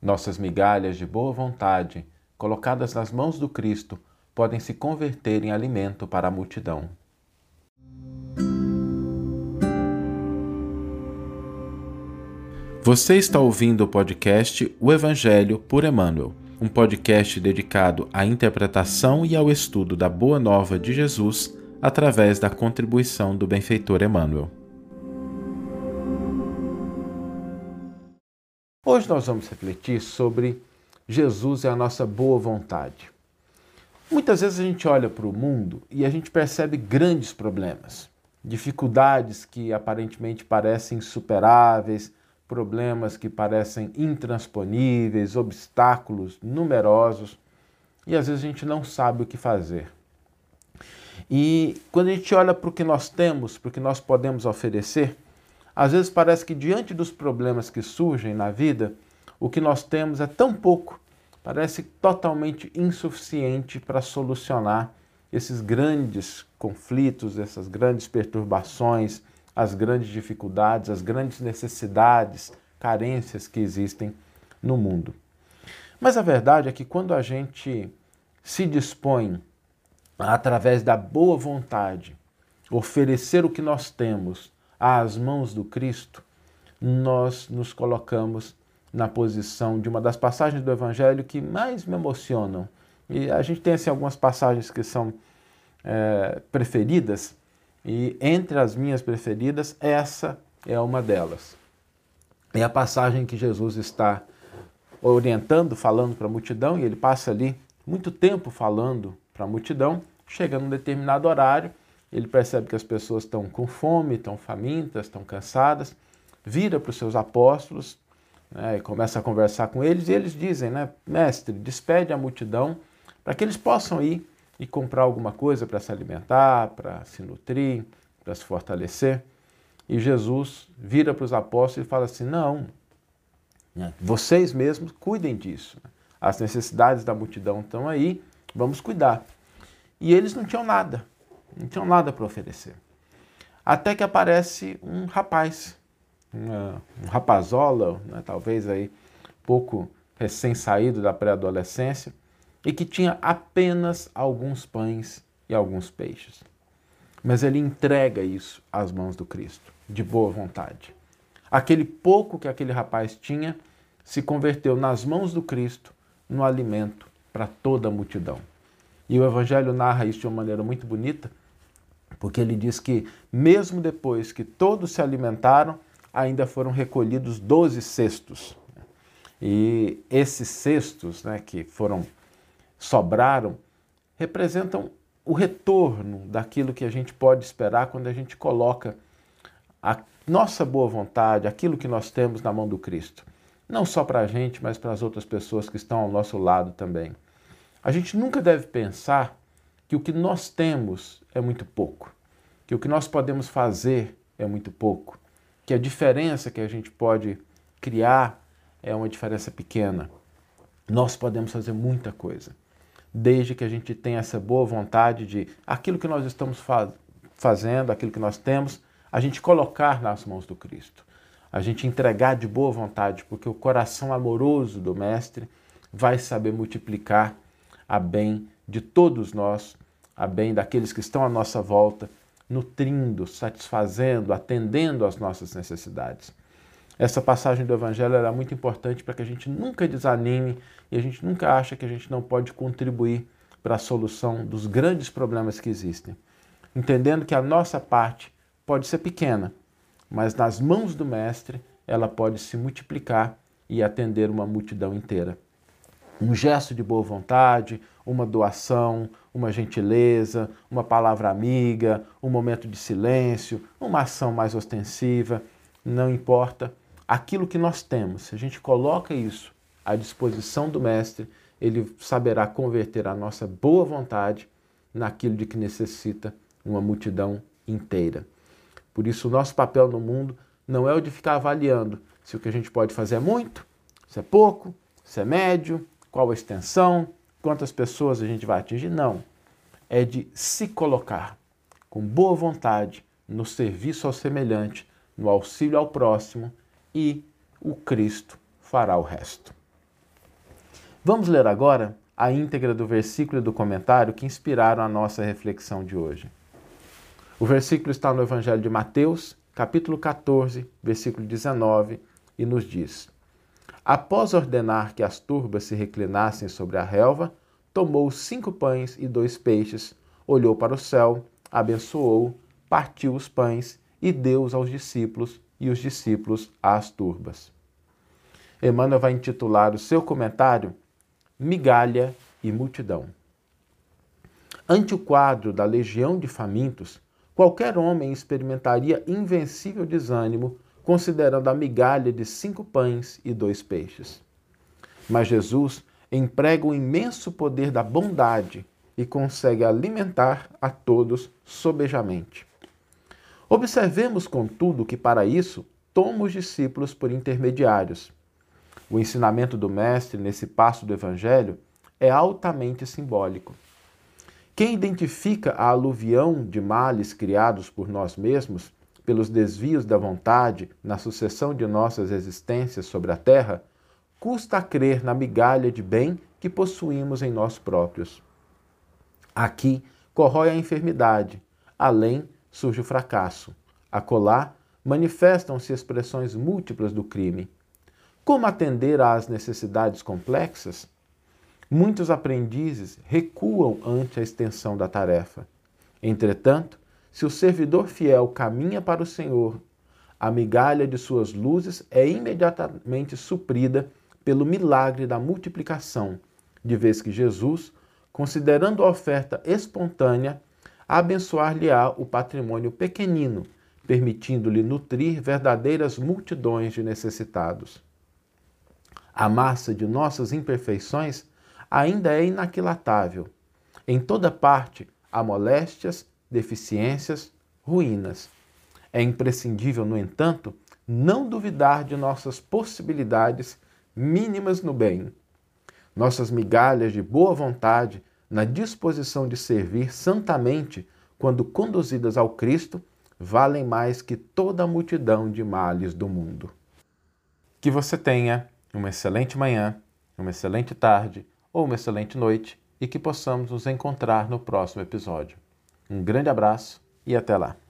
Nossas migalhas de boa vontade, colocadas nas mãos do Cristo, podem se converter em alimento para a multidão. Você está ouvindo o podcast O Evangelho por Emmanuel, um podcast dedicado à interpretação e ao estudo da Boa Nova de Jesus através da contribuição do benfeitor Emmanuel. Hoje nós vamos refletir sobre Jesus e a nossa boa vontade. Muitas vezes a gente olha para o mundo e a gente percebe grandes problemas, dificuldades que aparentemente parecem insuperáveis, problemas que parecem intransponíveis, obstáculos numerosos, e às vezes a gente não sabe o que fazer. E quando a gente olha para o que nós temos, para o que nós podemos oferecer, às vezes parece que diante dos problemas que surgem na vida, o que nós temos é tão pouco, parece totalmente insuficiente para solucionar esses grandes conflitos, essas grandes perturbações, as grandes dificuldades, as grandes necessidades, carências que existem no mundo. Mas a verdade é que quando a gente se dispõe, através da boa vontade, oferecer o que nós temos às mãos do Cristo, nós nos colocamos na posição de uma das passagens do Evangelho que mais me emocionam. E a gente tem assim, algumas passagens que são preferidas, e entre as minhas preferidas, essa é uma delas. É a passagem que Jesus está orientando, falando para a multidão, e ele passa ali muito tempo falando para a multidão. Chega num determinado horário, ele percebe que as pessoas estão com fome, estão famintas, estão cansadas, vira para os seus apóstolos, e começa a conversar com eles, e eles dizem, mestre, despede a multidão para que eles possam ir e comprar alguma coisa para se alimentar, para se nutrir, para se fortalecer. E Jesus vira para os apóstolos e fala assim, não, vocês mesmos cuidem disso. As necessidades da multidão estão aí, vamos cuidar. E eles não tinham nada para oferecer. Até que aparece um rapaz, um rapazola, talvez aí pouco recém-saído da pré-adolescência, e que tinha apenas alguns pães e alguns peixes. Mas ele entrega isso às mãos do Cristo, de boa vontade. Aquele pouco que aquele rapaz tinha se converteu nas mãos do Cristo no alimento para toda a multidão. E o Evangelho narra isso de uma maneira muito bonita, porque ele diz que mesmo depois que todos se alimentaram, ainda foram recolhidos 12 cestos. E esses cestos, que sobraram, representam o retorno daquilo que a gente pode esperar quando a gente coloca a nossa boa vontade, aquilo que nós temos na mão do Cristo. Não só para a gente, mas para as outras pessoas que estão ao nosso lado também. A gente nunca deve pensar que o que nós temos é muito pouco, que o que nós podemos fazer é muito pouco, que a diferença que a gente pode criar é uma diferença pequena. Nós podemos fazer muita coisa, desde que a gente tenha essa boa vontade de aquilo que nós estamos fazendo, aquilo que nós temos, a gente colocar nas mãos do Cristo. A gente entregar de boa vontade, porque o coração amoroso do Mestre vai saber multiplicar a bem de todos nós, a bem daqueles que estão à nossa volta, nutrindo, satisfazendo, atendendo às nossas necessidades. Essa passagem do Evangelho era muito importante para que a gente nunca desanime e a gente nunca ache que a gente não pode contribuir para a solução dos grandes problemas que existem. Entendendo que a nossa parte pode ser pequena, mas nas mãos do Mestre ela pode se multiplicar e atender uma multidão inteira. Um gesto de boa vontade, uma doação, uma gentileza, uma palavra amiga, um momento de silêncio, uma ação mais ostensiva, não importa. Aquilo que nós temos, se a gente coloca isso à disposição do Mestre, ele saberá converter a nossa boa vontade naquilo de que necessita uma multidão inteira. Por isso, o nosso papel no mundo não é o de ficar avaliando se o que a gente pode fazer é muito, se é pouco, se é médio, qual a extensão, quantas pessoas a gente vai atingir. Não. É de se colocar com boa vontade no serviço ao semelhante, no auxílio ao próximo, e o Cristo fará o resto. Vamos ler agora a íntegra do versículo e do comentário que inspiraram a nossa reflexão de hoje. O versículo está no Evangelho de Mateus, capítulo 14, versículo 19, e nos diz: Após ordenar que as turbas se reclinassem sobre a relva, tomou 5 pães e 2 peixes, olhou para o céu, abençoou, partiu os pães e deu-os aos discípulos, e os discípulos às turbas. Emmanuel vai intitular o seu comentário Migalha e Multidão. Ante o quadro da legião de famintos, qualquer homem experimentaria invencível desânimo, considerando a migalha de 5 pães e 2 peixes. Mas Jesus emprega o imenso poder da bondade e consegue alimentar a todos sobejamente. Observemos, contudo, que para isso toma os discípulos por intermediários. O ensinamento do Mestre nesse passo do Evangelho é altamente simbólico. Quem identifica a aluvião de males criados por nós mesmos, pelos desvios da vontade na sucessão de nossas existências sobre a terra, custa a crer na migalha de bem que possuímos em nós próprios. Aqui corrói a enfermidade, além surge o fracasso. Acolá manifestam-se expressões múltiplas do crime. Como atender às necessidades complexas? Muitos aprendizes recuam ante a extensão da tarefa. Entretanto, se o servidor fiel caminha para o Senhor, a migalha de suas luzes é imediatamente suprida pelo milagre da multiplicação, de vez que Jesus, considerando a oferta espontânea, abençoar-lhe-á o patrimônio pequenino, permitindo-lhe nutrir verdadeiras multidões de necessitados. A massa de nossas imperfeições ainda é inaquilatável. Em toda parte há moléstias, deficiências, ruínas. É imprescindível, no entanto, não duvidar de nossas possibilidades mínimas no bem. Nossas migalhas de boa vontade, na disposição de servir santamente, quando conduzidas ao Cristo, valem mais que toda a multidão de males do mundo. Que você tenha uma excelente manhã, uma excelente tarde ou uma excelente noite e que possamos nos encontrar no próximo episódio. Um grande abraço e até lá!